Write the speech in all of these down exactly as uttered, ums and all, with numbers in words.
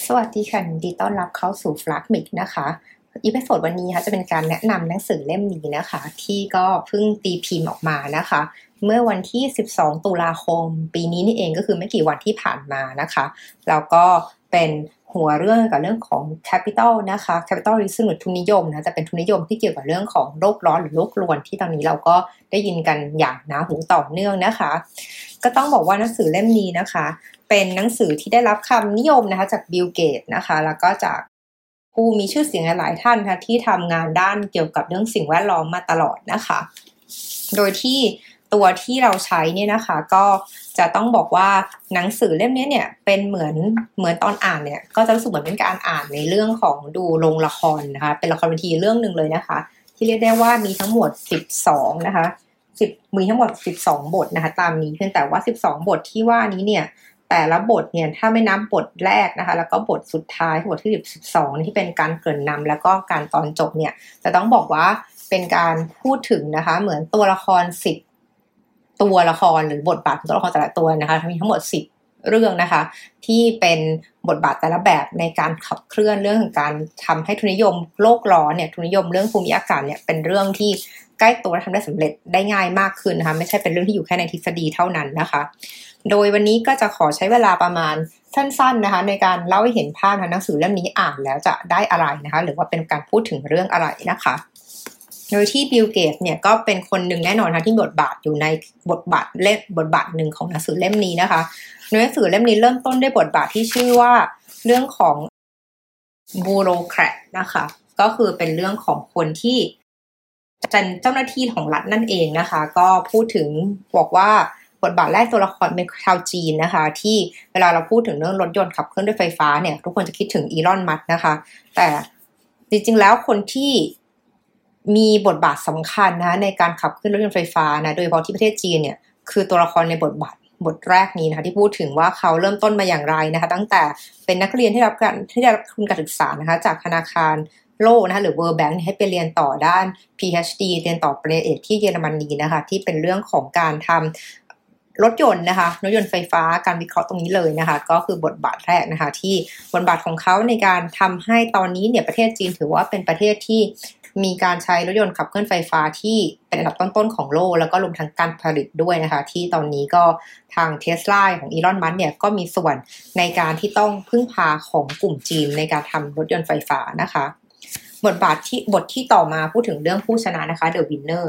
สวัสดีค่ะยินดีต้อนรับเข้าสู่ Flagmic นะคะอีพิโซดวันนี้ค่ะจะเป็นการแนะนำหนังสือเล่มนี้นะคะที่ก็เพิ่งตีพิมพ์ออกมานะคะเมื่อวันที่สิบสองตุลาคมปีนี้นี่เองก็คือไม่กี่วันที่ผ่านมานะคะแล้วก็เป็นหัวเรื่องกับเรื่องของ Capital นะคะ Capitalism หรือทุนนิยมนะจะเป็นทุนนิยมที่เกี่ยวกับเรื่องของโลกร้อนหรือโลกรวนที่ตอนนี้เราก็ได้ยินกันอย่างหนาหูต่อเนื่องนะคะก็ต้องบอกว่าหนังสือเล่มนี้นะคะเป็นหนังสือที่ได้รับคำนิยมนะคะจากบิลเกตนะคะแล้วก็จากผู้มีชื่อเสียงหลายท่านค่ะที่ทำงานด้านเกี่ยวกับเรื่องสิ่งแวดล้อมมาตลอดนะคะโดยที่ตัวที่เราใช้เนี่ยนะคะก็จะต้องบอกว่าหนังสือเล่มนี้เนี่ยเป็นเหมือนเหมือนตอนอ่านเนี่ยก็จะรู้สึกเหมือนเป็นการอ่านในเรื่องของดูโรงละครนะคะเป็นละครเวทีเรื่องนึงเลยนะคะที่เรียกได้ว่ามีทั้งหมดสิบสองนะคะสิบมีทั้งหมดสิบสองบทนะคะตามนี้เพียงแต่ว่าสิบสองบทที่ว่านี้เนี่ยแต่ละบทเนี่ยถ้าไม่นับบทแรกนะคะแล้วก็บทสุดท้ายบทที่สิบสองที่เป็นการเกริ่นนำแล้วก็การตอนจบเนี่ยจะต้องบอกว่าเป็นการพูดถึงนะคะเหมือนตัวละครสิบตัวละครหรือบทบาทของตัวละครแต่ละตัวนะคะมีทั้งหมดสิบเรื่องนะคะที่เป็นบทบาทแต่ละแบบในการขับเคลื่อนเรื่องของการทำให้ทุนนิยมโลกร้อนเนี่ยทุนนิยมเรื่องภูมิอากาศเนี่ยเป็นเรื่องที่ใกล้ตัวและทำได้สำเร็จได้ง่ายมากขึ้นนะคะไม่ใช่เป็นเรื่องที่อยู่แค่ในทฤษฎีเท่านั้นนะคะโดยวันนี้ก็จะขอใช้เวลาประมาณสั้นๆนะคะในการเล่าให้เห็นภาพหนังสือเล่มนี้อ่านแล้วจะได้อะไรนะคะหรือว่าเป็นการพูดถึงเรื่องอะไรนะคะโดยที่บิลเกตส์เนี่ยก็เป็นคนหนึ่งแน่นอนค่ะที่บทบาทอยู่ในบทบาทเล่มบทบาทหนึ่งของหนังสือเล่มนี้นะคะหนังสือเล่มนี้เริ่มต้นด้วยบทบาทที่ชื่อว่าเรื่องของบูโรแครตนะคะก็คือเป็นเรื่องของคนที่เป็นเจ้าหน้าที่ของรัฐนั่นเองนะคะก็พูดถึงบอกว่าบทบาทแรกตัวละครเป็นชาวจีนนะคะที่เวลาเราพูดถึงเรื่องรถยนต์ขับเคลื่อนด้วยไฟฟ้าเนี่ยทุกคนจะคิดถึงอีลอนมัสก์นะคะแต่จริงๆแล้วคนที่มีบทบาทสำคัญนะในการขับเคลื่อนรถยนต์ไฟฟ้านะโดยเฉพาะที่ประเทศจีนเนี่ยคือตัวละครในบทบาทบทแรกนี้นะคะที่พูดถึงว่าเขาเริ่มต้นมาอย่างไรนะคะตั้งแต่เป็นนักเรียนที่รับการที่ได้รับทุนการศึกษานะคะจากธนาคารโลกนะคะหรือ World Bank ให้ไปเรียนต่อด้าน พี เอช ดี เรียนต่อปริญญาเอกที่เยอรมนีนะคะที่เป็นเรื่องของการทำรถยนต์นะคะรถยนต์ไฟฟ้าการวิเคราะห์ตรงนี้เลยนะคะก็คือบทบาทแรกนะคะที่บทบาทของเขาในการทำให้ตอนนี้เนี่ยประเทศจีนถือว่าเป็นประเทศที่มีการใช้รถยนต์ขับเคลื่อนไฟฟ้าที่เป็นอันดับต้นๆของโลกแล้วก็รวมทั้งการผลิตด้วยนะคะที่ตอนนี้ก็ทาง Tesla ของอีลอนมัสก์เนี่ยก็มีส่วนในการที่ต้องพึ่งพาของกลุ่มจีนในการทำรถยนต์ไฟฟ้านะคะบทบาทที่บทที่ต่อมาพูดถึงเรื่องผู้ชนะนะคะ The Winner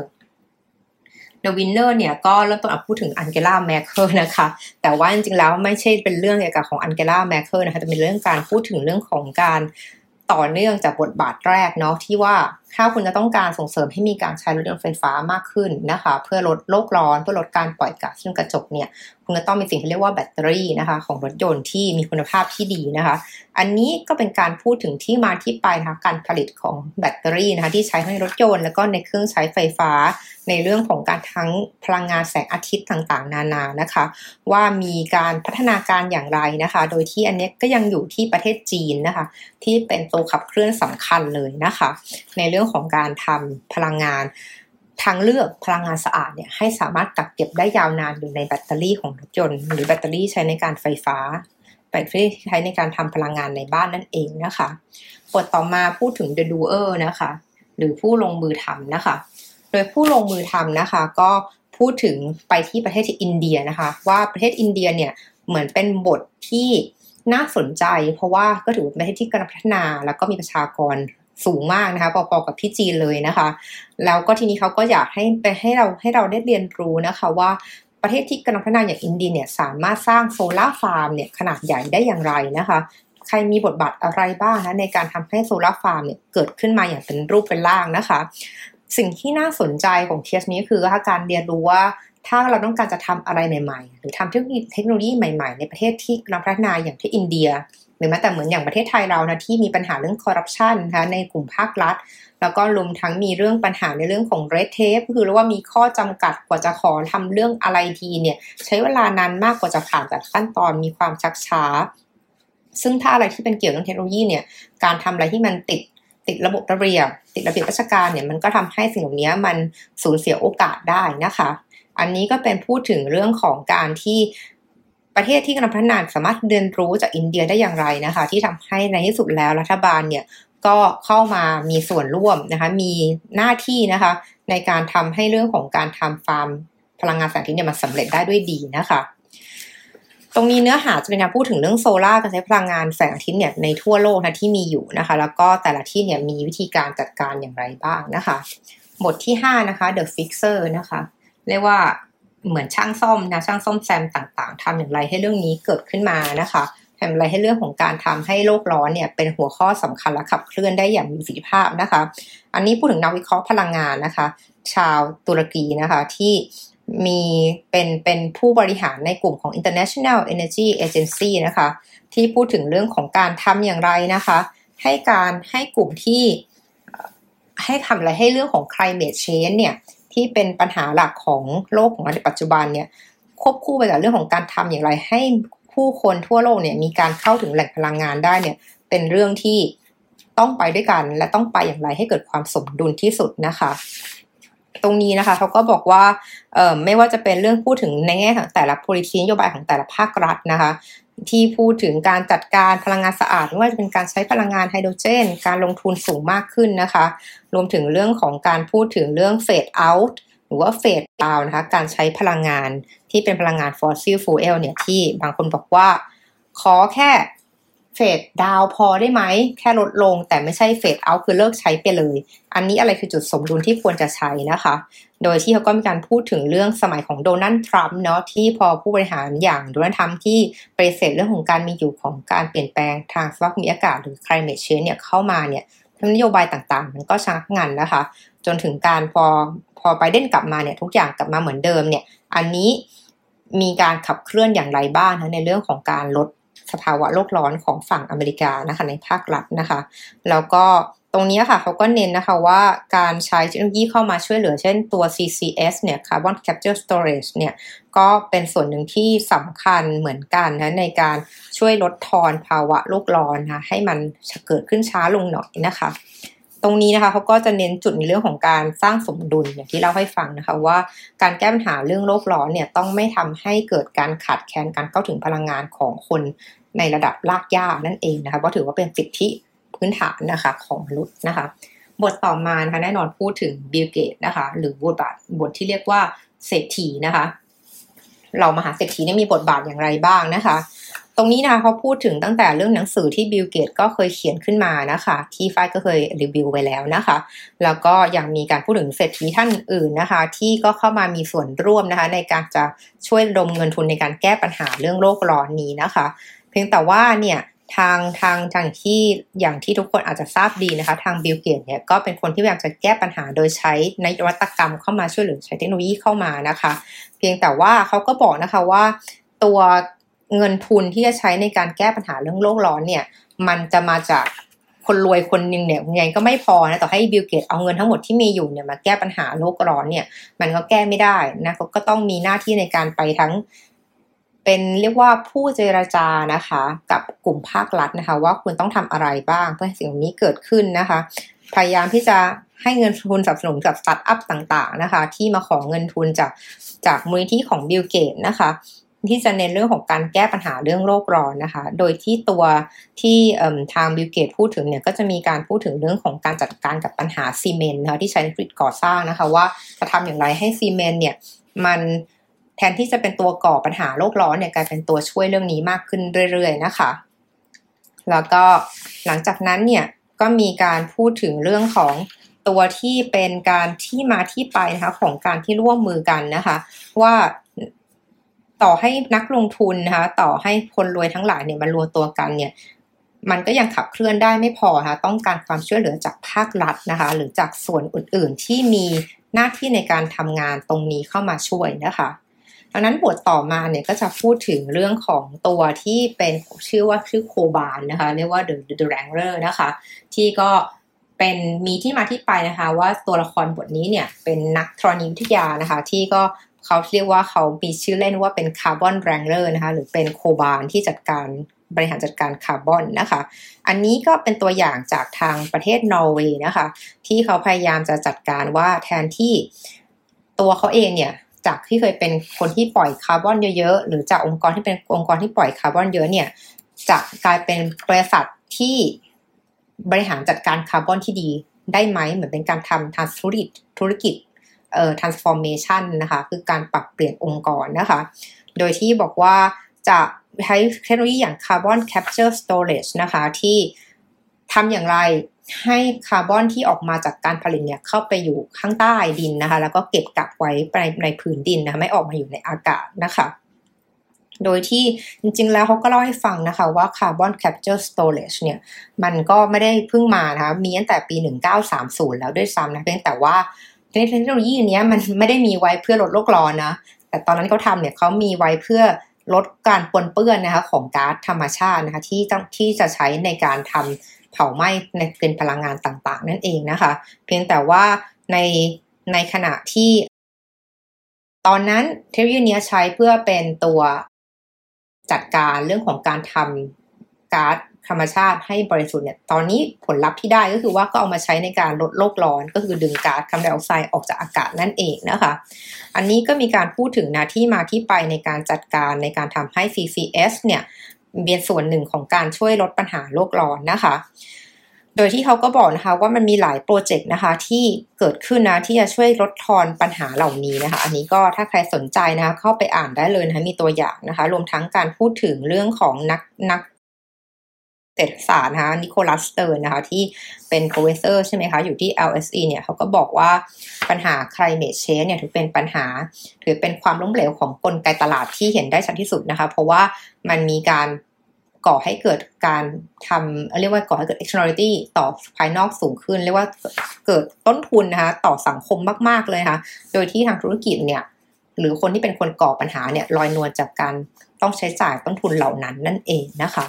The Winner เนี่ยก็เริ่มต้นพูดถึงอันเกล่าแมคเคิลนะคะแต่ว่าจริงๆแล้วไม่ใช่เป็นเรื่องเกี่ยวกับของอันเกล่าแมคเคิลนะคะแต่เป็นเรื่องการพูดถึงเรื่องของการต่อเนื่องจากบทบาทแรกเนาะที่ว่าถ้าคุณจะต้องการส่งเสริมให้มีการใช้รถยนต์ไฟฟ้ามากขึ้นนะคะเพื่อลดโลกร้อนเพื่อลดการปล่อยก๊าซเรือนกระจกเนี่ยคุณจะต้องมีสิ่งที่เรียกว่าแบตเตอรี่นะคะของรถยนต์ที่มีคุณภาพที่ดีนะคะอันนี้ก็เป็นการพูดถึงที่มาที่ไปนะคะการผลิตของแบตเตอรี่นะคะที่ใช้ในรถยนต์แล้วก็ในเครื่องใช้ไฟฟ้าในเรื่องของการทั้งพลังงานแสงอาทิตย์ต่างๆนานานะคะว่ามีการพัฒนาการอย่างไรนะคะโดยที่อันนี้ก็ยังอยู่ที่ประเทศจีนนะคะที่เป็นตัวขับเคลื่อนสำคัญเลยนะคะในเรื่องของการทำพลังงานทางเลือกพลังงานสะอาดเนี่ยให้สามารถกักเก็บได้ยาวนานอยู่ในแบตเตอรี่ของรถยนต์หรือแบตเตอรี่ใช้ในการไฟฟ้าแบตเตอรี่ใช้ในการทำพลังงานในบ้านนั่นเองนะคะบทต่อมาพูดถึง The Doer นะคะหรือผู้ลงมือทำนะคะโดยผู้ลงมือทำนะคะก็พูดถึงไปที่ประเทศที่อินเดียนะคะว่าประเทศอินเดียเนี่ยเหมือนเป็นบทที่น่าสนใจเพราะว่าก็ถือเป็นประเทศที่กำลังพัฒนาแล้วก็มีประชากรสูงมากนะคะพอๆกับที่จีนเลยนะคะแล้วก็ทีนี้เขาก็อยากให้ไปให้เราให้เราได้เรียนรู้นะคะว่าประเทศที่กำลังพัฒนาอย่างอินเดียเนี่ยสามารถสร้างโซล่าร์ฟาร์มเนี่ยขนาดใหญ่ได้อย่างไรนะคะใครมีบทบาทอะไรบ้างนะในการทำให้โซล่าร์ฟาร์มเนี่ยเกิดขึ้นมาอย่างเป็นรูปเป็นร่างนะคะสิ่งที่น่าสนใจของเคสนี้คือการเรียนรู้ว่าถ้าเราต้องการจะทำอะไรใหม่ๆหรือทำเทคโนโลยีเทคโนโลยีใหม่ๆในประเทศที่กำลังพัฒนาอย่างที่อินเดียหรือแม้แต่เหมือนอย่างประเทศไทยเรานะที่มีปัญหาเรื่องคอร์รัปชันนะคะในกลุ่มภาครัฐแล้วก็รวมทั้งมีเรื่องปัญหาในเรื่องของเรดเทปคือเรียกว่ามีข้อจำกัดกว่าจะขอทำเรื่องอะไรทีเนี่ยใช้เวลานานมากกว่าจะผ่านแต่ขั้นตอนมีความชักช้าซึ่งถ้าอะไรที่เป็นเกี่ยวกับเทคโนโลยีเนี่ยการทำอะไรที่มันติดติดระบบระเบียบติดระเบียบราชการเนี่ยมันก็ทำให้สิ่งเหล่านี้มันสูญเสียโอกาสได้นะคะอันนี้ก็เป็นพูดถึงเรื่องของการที่ประเทศที่กำลังพัฒนาสามารถเรียนรู้จากอินเดียได้อย่างไรนะคะที่ทำให้ในที่สุดแล้วรัฐบาลเนี่ยก็เข้ามามีส่วนร่วมนะคะมีหน้าที่นะคะในการทำให้เรื่องของการทำฟาร์มพลังงานแสงอาทิตย์เนี่ยมันสำเร็จได้ด้วยดีนะคะตรงนี้เนื้อหาจะเป็นการพูดถึงเรื่องโซล่าร์การใช้พลังงานแสงอาทิตย์เนี่ยในทั่วโลกนะที่มีอยู่นะคะแล้วก็แต่ละที่เนี่ยมีวิธีการจัดการอย่างไรบ้างนะคะบทที่ห้านะคะ The Fixer นะคะเรียกว่าเหมือนช่างซ่อมนะช่างซ่อมแซมต่างๆทำอย่างไรให้เรื่องนี้เกิดขึ้นมานะคะทำอย่างไรให้เรื่องของการทำให้โลกร้อนเนี่ยเป็นหัวข้อสำคัญและขับเคลื่อนได้อย่างมีประสิทธิภาพนะคะอันนี้พูดถึงนักวิเคราะห์พลังงานนะคะชาวตุรกีนะคะที่มีเป็นเป็นผู้บริหารในกลุ่มของ International Energy Agency นะคะที่พูดถึงเรื่องของการทำอย่างไรนะคะให้การให้กลุ่มที่ให้ทำอะไรให้เรื่องของ climate change เนี่ยที่เป็นปัญหาหลักของโลกของเราในปัจจุบันเนี่ยควบคู่ไปกับเรื่องของการทำอย่างไรให้ผู้คนทั่วโลกเนี่ยมีการเข้าถึงแหล่งพลังงานได้เนี่ยเป็นเรื่องที่ต้องไปด้วยกันและต้องไปอย่างไรให้เกิดความสมดุลที่สุดนะคะตรงนี้นะคะเขาก็บอกว่าเอ่อไม่ว่าจะเป็นเรื่องพูดถึงในแง่ของแต่ละ policy นโยบายของแต่ละภาครัฐนะคะที่พูดถึงการจัดการพลังงานสะอาดไม่ว่าจะเป็นการใช้พลังงานไฮโดรเจนการลงทุนสูงมากขึ้นนะคะรวมถึงเรื่องของการพูดถึงเรื่อง fade out หรือว่า fade out นะคะการใช้พลังงานที่เป็นพลังงาน fossil fuel เนี่ยที่บางคนบอกว่าขอแค่เฟดดาวพอได้ไหมแค่ลดลงแต่ไม่ใช่เฟดเอาท์คือเลิกใช้ไปเลยอันนี้อะไรคือจุดสมดุลที่ควรจะใช้นะคะโดยที่เขาก็มีการพูดถึงเรื่องสมัยของโดนัลด์ทรัมป์เนาะที่พอผู้บริหารอย่างโดนัลด์ทรัมป์ที่ปฏิเสธเรื่องของการมีอยู่ของการเปลี่ยนแปลงทางสภาพภูมิอากาศหรือ climate change เนี่ยเข้ามาเนี่ยนโยบายต่างๆมันก็ชะงักงันนะคะจนถึงการพอพอไบเดนกลับมาเนี่ยทุกอย่างกลับมาเหมือนเดิมเนี่ยอันนี้มีการขับเคลื่อนอย่างไรบ้างนะในเรื่องของการลดสภาวะโลกร้อนของฝั่งอเมริกานะคะในภาครัฐนะคะแล้วก็ตรงนี้ค่ะเขาก็เน้นนะคะว่าการใช้เทคโนโลยีเข้ามาช่วยเหลือเช่นตัว ซี ซี เอส เนี่ย Carbon Capture Storage เนี่ยก็เป็นส่วนหนึ่งที่สำคัญเหมือนกันนะในการช่วยลดทอนภาวะโลกร้อนนะให้มันเกิดขึ้นช้าลงหน่อยนะคะตรงนี้นะคะเขาก็จะเน้นจุดในเรื่องของการสร้างสมดุลอย่างที่เล่าให้ฟังนะคะว่าการแก้ปัญหาเรื่องโลกร้อนเนี่ยต้องไม่ทำให้เกิดการขาดแคลนการเข้าถึงพลังงานของคนในระดับรากหญ้านั่นเองนะคะเพราะถือว่าเป็นสิทธิพื้นฐานนะคะของมนุษย์นะคะบทต่อมานะคะแน่นอนพูดถึงบิลเกตนะคะหรือบทบาทบทที่เรียกว่าเศรษฐีนะคะเรามหาเศรษฐีเนี่ยมีบทบาทอย่างไรบ้างนะคะตรงนี้นะคะเขาพูดถึงตั้งแต่เรื่องหนังสือที่บิลเกตก็เคยเขียนขึ้นมานะคะที่ฝ้ายก็เคยรีวิวไว้แล้วนะคะแล้วก็ยังมีการพูดถึงเศรษฐีท่านอื่นนะคะที่ก็เข้ามามีส่วนร่วมนะคะในการจะช่วยระดมเงินทุนในการแก้ปัญหาเรื่องโลกร้อนนี้นะคะเพียงแต่ว่าเนี่ยทางทางทางที่อย่างที่ทุกคนอาจจะทราบดีนะคะทางบิลเกตเนี่ยก็เป็นคนที่พยายามจะแก้ปัญหาโดยใช้นวัตกรรมเข้ามาช่วยเหลือใช้เทคโนโลยีเข้ามานะคะเพียงแต่ว่าเขาก็บอกนะคะว่าตัวเงินทุนที่จะใช้ในการแก้ปัญหาเรื่องโลกร้อนเนี่ยมันจะมาจากคนรวยคนนึงเนี่ยยังไงก็ไม่พอนะต่อให้บิลเกตเอาเงินทั้งหมดที่มีอยู่เนี่ยมาแก้ปัญหาโลกร้อนเนี่ยมันก็แก้ไม่ได้นะเขาก็ต้องมีหน้าที่ในการไปทั้งเป็นเรียกว่าผู้เจรจานะคะกับกลุ่มภาครัฐนะคะว่าคุณต้องทำอะไรบ้างเพื่อให้สิ่งนี้เกิดขึ้นนะคะพยายามที่จะให้เงินทุนสนับสนุนกับสตาร์ทอัพต่างๆนะคะที่มาขอเงินทุนจากจากมูลนิธิของบิลเกตนะคะที่จะเน้นเรื่องของการแก้ปัญหาเรื่องโลกร้อนนะคะโดยที่ตัวที่ทางบิลเกตพูดถึงเนี่ยก็จะมีการพูดถึงเรื่องของการจัดการกับปัญหาซีเมนต์นะคะที่ใช้ในกริดก่อสร้างนะคะว่าจะทำอย่างไรให้ซีเมนต์เนี่ยมันแทนที่จะเป็นตัวก่อปัญหาโลกร้อนเนี่ยกลายเป็นตัวช่วยเรื่องนี้มากขึ้นเรื่อยๆนะคะแล้วก็หลังจากนั้นเนี่ยก็มีการพูดถึงเรื่องของตัวที่เป็นการที่มาที่ไปนะคะของการที่ร่วมมือกันนะคะว่าต่อให้นักลงทุนนะคะต่อให้คนรวยทั้งหลายเนี่ยมารวมตัวกันเนี่ยมันก็ยังขับเคลื่อนได้ไม่พอค่ะต้องการความช่วยเหลือจากภาครัฐนะคะหรือจากส่วนอื่นๆที่มีหน้าที่ในการทำงานตรงนี้เข้ามาช่วยนะคะดังนั้นบทต่อมาเนี่ยก็จะพูดถึงเรื่องของตัวที่เป็นชื่อว่าชื่อโคบานนะคะเรียกว่า The The Wrangler นะคะที่ก็เป็นมีที่มาที่ไปนะคะว่าตัวละครบทนี้เนี่ยเป็นนักธรณีวิทยานะคะที่ก็เขาเรียกว่าเขามีชื่อเล่นว่าเป็นคาร์บอนแรงเลอร์นะคะหรือเป็นโคบานที่จัดการบริหารจัดการคาร์บอนนะคะอันนี้ก็เป็นตัวอย่างจากทางประเทศนอร์เวย์นะคะที่เขาพยายามจะจัดการว่าแทนที่ตัวเขาเองเนี่ยจากที่เคยเป็นคนที่ปล่อยคาร์บอนเยอะๆหรือจากองค์กรที่เป็นองค์กรที่ปล่อยคาร์บอนเยอะเนี่ยจะกลายเป็นบริษัทที่บริหารจัดการคาร์บอนที่ดีได้ไหมเหมือนเป็นการทำทางธุรกิจธุรกิจเอ่อ transformation นะคะคือการปรับเปลี่ยนองค์กรนะคะโดยที่บอกว่าจะใช้เทคโนโลยีอย่าง carbon capture storage นะคะที่ทำอย่างไรให้คาร์บอนที่ออกมาจากการผลิตเนี่ยเข้าไปอยู่ข้างใต้ดินนะคะแล้วก็เก็บกักไว้ในในผืนดินนะคะไม่ออกมาอยู่ในอากาศนะคะโดยที่จริงๆแล้วเขาก็เล่าให้ฟังนะคะว่า carbon capture storage เนี่ยมันก็ไม่ได้เพิ่งมานะคะมีตั้งแต่ปีหนึ่งพันเก้าร้อยสามสิบแล้วด้วยซ้ำนะเพียงแต่ว่าเทคโนโลยีนี้มันไม่ได้มีไว้เพื่อลดโลกร้อนนะแต่ตอนนั้นเขาทำเนี่ยเขามีไว้เพื่อลดการปนเปื้อนนะคะของก๊าซธรรมชาตินะคะที่ที่จะใช้ในการทำเผาไหม้ในเป็นพลังงานต่างๆนั่นเองนะคะเพียงแต่ว่าในในขณะที่ตอนนั้นเทคโนโลยีนี้ใช้เพื่อเป็นตัวจัดการเรื่องของการทำก๊าซธรรมชาติให้บริสุทธิ์เนี่ยตอนนี้ผลลัพธ์ที่ได้ก็คือว่าก็เอามาใช้ในการลดโลกร้อนก็คือดึงก๊าซคาร์บอนไดออกไซด์ออกจากอากาศนั่นเองนะคะอันนี้ก็มีการพูดถึงนะที่มาที่ไปในการจัดการในการทำให้ ซี ซี เอส เนี่ยเป็นส่วนหนึ่งของการช่วยลดปัญหาโลกร้อนนะคะโดยที่เขาก็บอกนะคะว่ามันมีหลายโปรเจกต์นะคะที่เกิดขึ้นนะที่จะช่วยลดทอนปัญหาเหล่านี้นะคะอันนี้ก็ถ้าใครสนใจนะคะเข้าไปอ่านได้เลยนะคะมีตัวอย่างนะคะรวมทั้งการพูดถึงเรื่องของนักนักเศรษฐศาสตร์นะคะนิโคลัส สเติร์นนะคะที่เป็นโปรเฟสเซอร์ใช่ไหมคะอยู่ที่ แอล เอส อี เนี่ยเขาก็บอกว่าปัญหา climate change เนี่ยถือเป็นปัญหาถือเป็นความล้มเหลวของกลไกตลาดที่เห็นได้ชัดที่สุดนะคะเพราะว่ามันมีการก่อให้เกิดการทำเรียกว่าก่อให้เกิด externality ต่อภายนอกสูงขึ้นเรียกว่าเกิดต้นทุนนะคะต่อสังคมมากๆเลยค่ะโดยที่ทางธุรกิจเนี่ยหรือคนที่เป็นคนก่อปัญหาเนี่ยลอยนวลจากการต้องใช้จ่ายต้นทุนเหล่านั้นนั่นเองนะคะ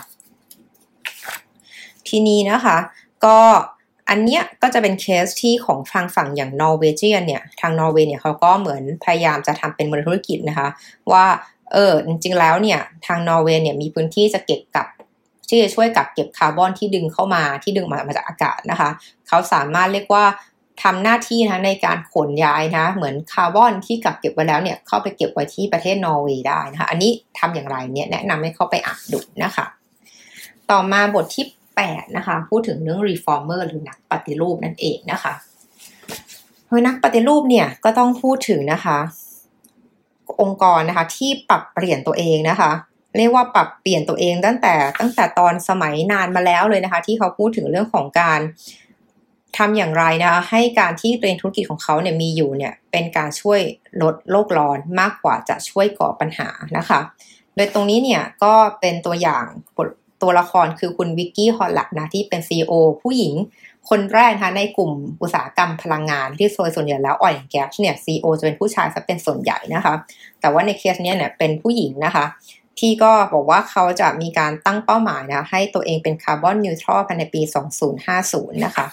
ทีนี้นะคะก็อันเนี้ยก็จะเป็นเคสที่ของทางฝั่งอย่างนอร์เวเจียนเนี่ยทางนอร์เวย์เนี่ยเขาก็เหมือนพยายามจะทำเป็นโมเดลธุรกิจนะคะว่าเออจริงๆแล้วเนี่ยทางนอร์เวย์เนี่ยมีพื้นที่จะเก็บกับที่จะช่วยกักเก็บคาร์บอนที่ดึงเข้ามาที่ดึงมามาจากอากาศนะคะเขาสามารถเรียกว่าทำหน้าที่นะในการขนย้ายนะเหมือนคาร์บอนที่กักเก็บไว้แล้วเนี่ยเข้าไปเก็บไว้ที่ประเทศนอร์เวย์ได้นะคะอันนี้ทำอย่างไรเนี่ยแนะนำให้เข้าไปอ่านดูนะคะต่อมาบทที่แปดนะคะพูดถึงเรื่อง reformer หรือนักปฏิรูปนั่นเองนะคะโดยนักปฏิรูปเนี่ยก็ต้องพูดถึงนะคะองค์กรนะคะที่ปรับเปลี่ยนตัวเองนะคะเรียกว่าปรับเปลี่ยนตัวเองตั้งแต่ตั้งแต่ตอนสมัยนานมาแล้วเลยนะคะที่เขาพูดถึงเรื่องของการทำอย่างไรนะคะให้การที่เป็นธุรกิจของเขาเนี่ยมีอยู่เนี่ยเป็นการช่วยลดโลกร้อนมากกว่าจะช่วยก่อปัญหานะคะโดยตรงนี้เนี่ยก็เป็นตัวอย่างตัวละครคือคุณวิกกี้ฮอลลักนะที่เป็น ซี อี โอ ผู้หญิงคนแรกนะคะในกลุ่มอุตสาหกรรมพลังงานที่โดยส่วนใหญ่แล้ว Oil and Gas เนี่ย ซี อี โอ จะเป็นผู้ชายซะเป็นส่วนใหญ่นะคะแต่ว่าในเคสนี้เนี่ยเป็นผู้หญิงนะคะที่ก็บอกว่าเขาจะมีการตั้งเป้าหมายนะให้ตัวเองเป็นคาร์บอนนิวทรัลภายในปีสองพันห้าสิบนะคะ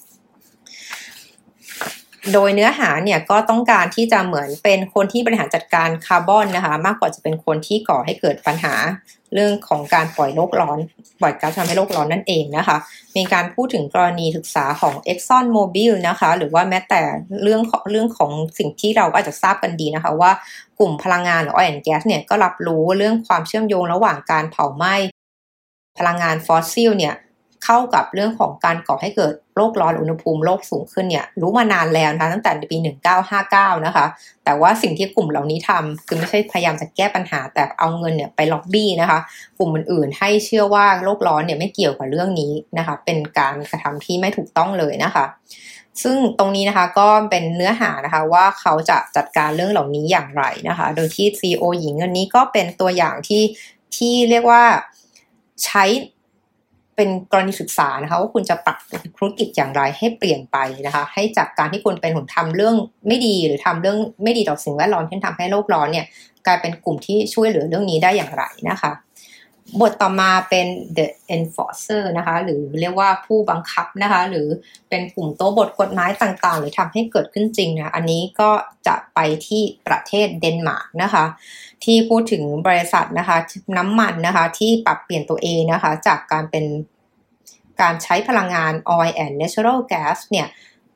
โดยเนื้อหาเนี่ยก็ต้องการที่จะเหมือนเป็นคนที่บริหารจัดการคาร์บอนนะคะมากกว่าจะเป็นคนที่ก่อให้เกิดปัญหาเรื่องของการปล่อยโลกร้อนปล่อยก๊าซทำให้โลกร้อนนั่นเองนะคะมีการพูดถึงกรณีศึกษาของ Exxon Mobil นะคะหรือว่าแม้แต่เรื่องของเรื่องของสิ่งที่เราอาจจะทราบกันดีนะคะว่ากลุ่มพลังงานหรือ Oil and Gas เนี่ยก็รับรู้เรื่องความเชื่อมโยงระหว่างการเผาไหม้พลังงานฟอสซิลเนี่ยเข้ากับเรื่องของการก่อให้เกิดโลกร้อนอุณหภูมิโลกสูงขึ้นเนี่ยรู้มานานแล้วนะคะตั้งแต่ในปีหนึ่งพันเก้าร้อยห้าสิบเก้านะคะแต่ว่าสิ่งที่กลุ่มเหล่านี้ทำคือไม่ใช่พยายามจะแก้ปัญหาแต่เอาเงินเนี่ยไปล็อบบี้นะคะกลุ่มอื่นๆให้เชื่อว่าโลกร้อนเนี่ยไม่เกี่ยวกับเรื่องนี้นะคะเป็นการกระทำที่ไม่ถูกต้องเลยนะคะซึ่งตรงนี้นะคะก็เป็นเนื้อหานะคะว่าเขาจะจัดการเรื่องเหล่านี้อย่างไรนะคะโดยที่ ซี อี โอ หญิงอันนี้ก็เป็นตัวอย่างที่ที่เรียกว่าใช้เป็นกรณีศึกษานะคะว่าคุณจะปรับธุรกิจอย่างไรให้เปลี่ยนไปนะคะให้จากการที่คุณเป็นคนทำเรื่องไม่ดีหรือทำเรื่องไม่ดีต่อสิ่งแวดล้อมที่ทำให้โลกร้อนเนี่ยกลายเป็นกลุ่มที่ช่วยเหลือเรื่องนี้ได้อย่างไรนะคะบทต่อมาเป็น the enforcer นะคะหรือเรียกว่าผู้บังคับนะคะหรือเป็นกลุ่มโต๊ะบทกฎหมายต่างๆหรือทำให้เกิดขึ้นจริงนะอันนี้ก็จะไปที่ประเทศเดนมาร์กนะคะที่พูดถึงบริษัทนะคะน้ำมันนะคะที่ปรับเปลี่ยนตัวเองนะคะจากการเป็นการใช้พลังงาน Oil and Natural Gas เนี่ย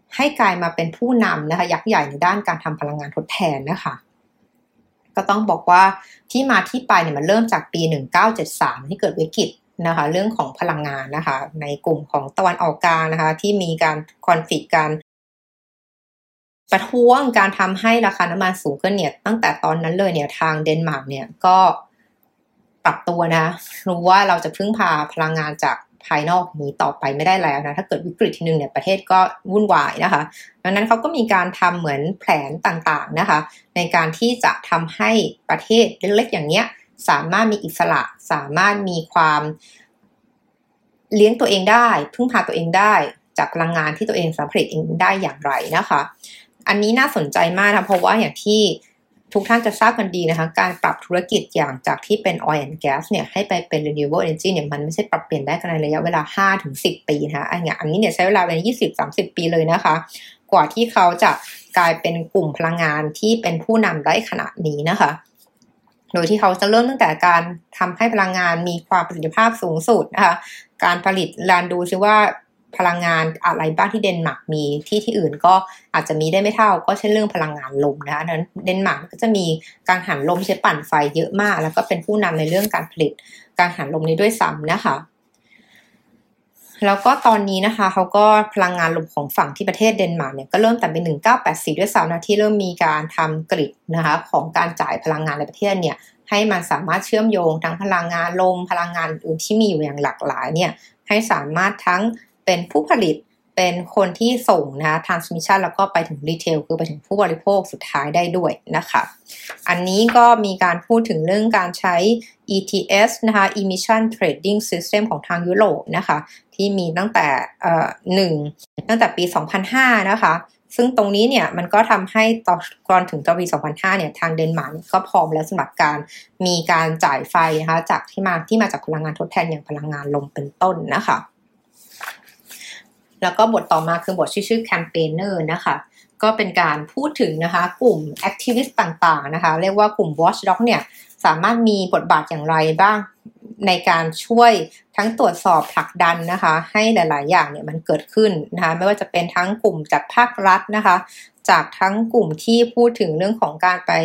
ให้กลายมาเป็นผู้นำนะคะยักษ์ใหญ่ในด้านการทำพลังงานทดแทนนะคะก็ต้องบอกว่าที่มาที่ไปเนี่ยมันเริ่มจากปีหนึ่งพันเก้าร้อยเจ็ดสิบสามที่เกิดวิกฤตนะคะเรื่องของพลังงานนะคะในกลุ่มของตะวันออกกลางนะคะที่มีการคอนฟลิกต์กันประท้วงการทำให้ราคาน้ำมันสูงขึ้นเนี่ยตั้งแต่ตอนนั้นเลยเนี่ยทางเดนมาร์กเนี่ยก็ปรับตัวนะรู้ว่าเราจะพึ่งพาพลังงานจากภายนอกนี้ต่อไปไม่ได้แล้วนะถ้าเกิดวิกฤตทีนึงเนี่ยประเทศก็วุ่นวายนะคะดังนั้นเขาก็มีการทำเหมือนแผนต่างๆนะคะในการที่จะทำให้ประเทศเล็กๆอย่างเนี้ยสามารถมีอิสระสามารถมีความเลี้ยงตัวเองได้พึ่งพาตัวเองได้จากพลังงานที่ตัวเองสามารถผลิตเองได้อย่างไรนะคะอันนี้น่าสนใจมากนะเพราะว่าอย่างที่ทุกท่านจะทราบกันดีนะคะการปรับธุรกิจอย่างจากที่เป็น oil and gas เนี่ยให้ไปเป็น renewable energy เนี่ยมันไม่ใช่ปรับเปลี่ยนได้กันในระยะเวลา ห้าถึงสิบ ปีนะคะอันนี้อันนี้เนี่ยใช้เวลาเป็น ยี่สิบถึงสามสิบ ปีเลยนะคะกว่าที่เขาจะกลายเป็นกลุ่มพลังงานที่เป็นผู้นำได้ขนาดนี้นะคะโดยที่เขาจะเริ่มตั้งแต่การทำให้พลังงานมีความประสิทธิภาพสูงสุดนะคะการผลิตลานดูซิว่าพลังงานอะไรบ้างที่เดนมาร์กมีที่ที่อื่นก็อาจจะมีได้ไม่เท่าก็เช่นเรื่องพลังงานลมนะคะนั้นเดนมาร์กก็จะมีกังหันลมใช้ปั่นไฟเยอะมากแล้วก็เป็นผู้นำในเรื่องการผลิตกังหันลมนี้ด้วยซ้ำนะคะแล้วก็ตอนนี้นะคะเขาก็พลังงานลมของฝั่งที่ประเทศเดนมาร์กเนี่ยก็เริ่มแต่เป็นหนึ่งพันเก้าร้อยแปดสิบด้วยซ้ำนะที่เริ่มมีการทำกริดนะคะของการจ่ายพลังงานในประเทศเนี่ยให้มันสามารถเชื่อมโยงทั้งพลังงานลมพลังงานอื่นที่มีอยู่อย่างหลากหลายเนี่ยให้สามารถทั้งเป็นผู้ผลิตเป็นคนที่ส่งนะคะ transmission แล้วก็ไปถึง retail คือไปถึงผู้บริโภคสุดท้ายได้ด้วยนะคะอันนี้ก็มีการพูดถึงเรื่องการใช้ อี ที เอส นะคะ Emission Trading System ของทางยุโรปนะคะที่มีตั้งแต่เอ่อหนึ่งตั้งแต่ปีสองพันห้านะคะซึ่งตรงนี้เนี่ยมันก็ทำให้ตอนก่อนถึงปีสองพันห้าเนี่ยทางเดนมาร์กก็พร้อมแล้วสำหรับการมีการจ่ายไฟนะคะจากที่มาที่มาจากพลังงานทดแทนอย่างพลังงานลมเป็นต้นนะคะแล้วก็บทต่อมาคือบทชื่อชื่อ Campaigner นะคะก็เป็นการพูดถึงนะคะกลุ่ม Activist ต่างๆนะคะเรียกว่ากลุ่ม Watchdog เนี่ยสามารถมีบทบาทอย่างไรบ้างในการช่วยทั้งตรวจสอบผลักดันนะคะให้หลายๆอย่างเนี่ยมันเกิดขึ้นนะคะไม่ว่าจะเป็นทั้งกลุ่มจากภาครัฐนะคะจากทั้งกลุ่มที่พูดถึงเรื่องของการไป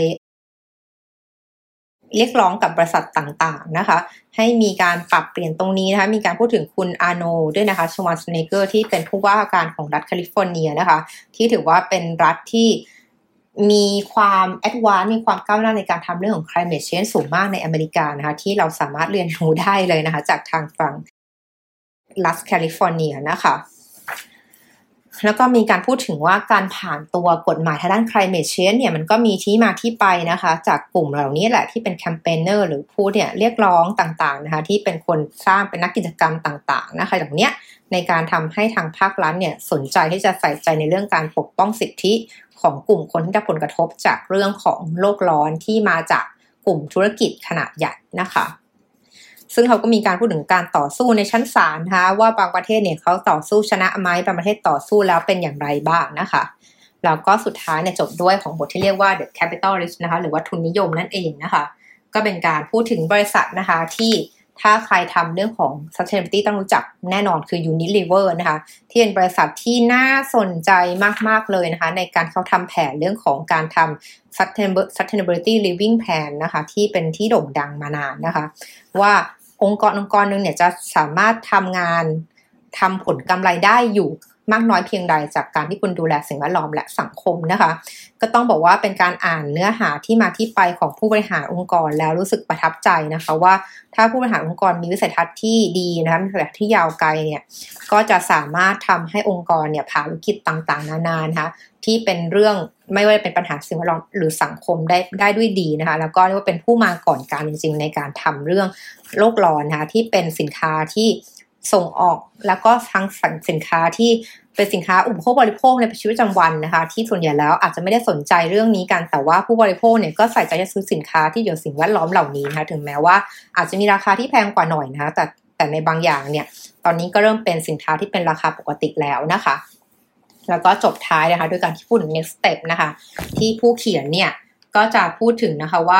เรียกร้องกับบริษัทต่างๆนะคะให้มีการปรับเปลี่ยนตรงนี้นะคะมีการพูดถึงคุณอาโนด้วยนะคะชวานสเนเกอร์ที่เป็นผู้ว่าการของรัฐแคลิฟอร์เนียนะคะที่ถือว่าเป็นรัฐที่มีความแอดวานซ์มีความก้าวหน้าในการทำเรื่องของ climate change สูงมากในอเมริกานะคะที่เราสามารถเรียนรู้ได้เลยนะคะจากทางฝั่งรัฐแคลิฟอร์เนียนะคะแล้วก็มีการพูดถึงว่าการผ่านตัวกฎหมายทางด้าน climate change เนี่ยมันก็มีที่มาที่ไปนะคะจากกลุ่มเหล่านี้แหละที่เป็น campaigner หรือผู้เนี่ยเรียกร้องต่างๆนะคะที่เป็นคนสร้างเป็นนักกิจกรรมต่างๆนะคะอย่างเนี้ยในการทำให้ทางภาครัฐเนี่ยสนใจที่จะใส่ใจในเรื่องการปกป้องสิทธิของกลุ่มคนที่ได้ผลกระทบจากเรื่องของโลกร้อนที่มาจากกลุ่มธุรกิจขนาดใหญ่นะคะซึ่งเขาก็มีการพูดถึงการต่อสู้ในชั้นศาลนะคะว่าบางประเทศเนี่ยเขาต่อสู้ชนะไหมบางประเทศต่อสู้แล้วเป็นอย่างไรบ้างนะคะแล้วก็สุดท้ายเนี่ยจบด้วยของบทที่เรียกว่า The Capitalist นะคะหรือว่าทุนนิยมนั่นเองนะคะก็เป็นการพูดถึงบริษัทนะคะที่ถ้าใครทำเรื่องของ sustainability ต้องรู้จักแน่นอนคือ Unilever นะคะที่เป็นบริษัทที่น่าสนใจมากๆเลยนะคะในการเขาทำแผนเรื่องของการทำ sustainability living plan นะคะที่เป็นที่โด่งดังมานานนะคะว่าองค์กรองค์กรนึงเนี่ยจะสามารถทำงานทำผลกำไรได้อยู่มากน้อยเพียงใดจากการที่คุณดูแลสิ่งแวดล้อมและสังคมนะคะก็ต้องบอกว่าเป็นการอ่านเนื้อหาที่มาที่ไปของผู้บริหารองค์กรแล้วรู้สึกประทับใจนะคะว่าถ้าผู้บริหารองค์กรมีวิสัยทัศน์ที่ดีนะคะมีวิสัยทัศน์ที่ยาวไกลเนี่ยก็จะสามารถทำให้องค์กรเนี่ยผ่านวิกฤตต่างๆนานานะคะที่เป็นเรื่องไม่ว่าจะเป็นปัญหาสิ่งแวดล้อมหรือสังคมได้ได้ด้วยดีนะคะแล้วก็เรียกว่าเป็นผู้มาก่อนการจริงๆในการทำเรื่องโลกร้อนนะคะที่เป็นสินค้าที่ส่งออกแล้วก็ทั้งสินค้าที่เป็นสินค้าอุปโภคบริโภคในชีวิตประจำวันนะคะที่ส่วนใหญ่แล้วอาจจะไม่ได้สนใจเรื่องนี้กันแต่ว่าผู้บริโภคเนี่ยก็ใส่ใจจะซื้อสินค้าที่เกี่ยวกับสิ่งแวดล้อมเหล่านี้นะคะถึงแม้ว่าอาจจะมีราคาที่แพงกว่าหน่อยนะคะแต่แต่ในบางอย่างเนี่ยตอนนี้ก็เริ่มเป็นสินค้าที่เป็นราคาปกติแล้วนะคะแล้วก็จบท้ายนะคะด้วยการที่พูดถึง next step นะคะที่ผู้เขียนเนี่ยก็จะพูดถึงนะคะว่า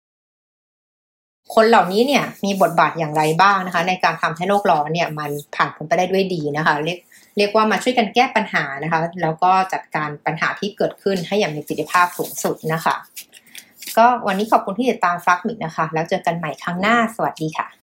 คนเหล่านี้เนี่ยมีบทบาทอย่างไรบ้างนะคะในการทำให้โลกร้อนเนี่ยมันผ่านพ้นไปได้ด้วยดีนะคะเรียกเรียกว่ามาช่วยกันแก้ปัญหานะคะแล้วก็จัดการปัญหาที่เกิดขึ้นให้อย่างมีประสิทธิภาพสูงสุดนะคะก็วันนี้ขอบคุณที่ติดตาม Flux Mix นะคะแล้วเจอกันใหม่ครั้งหน้าสวัสดีค่ะ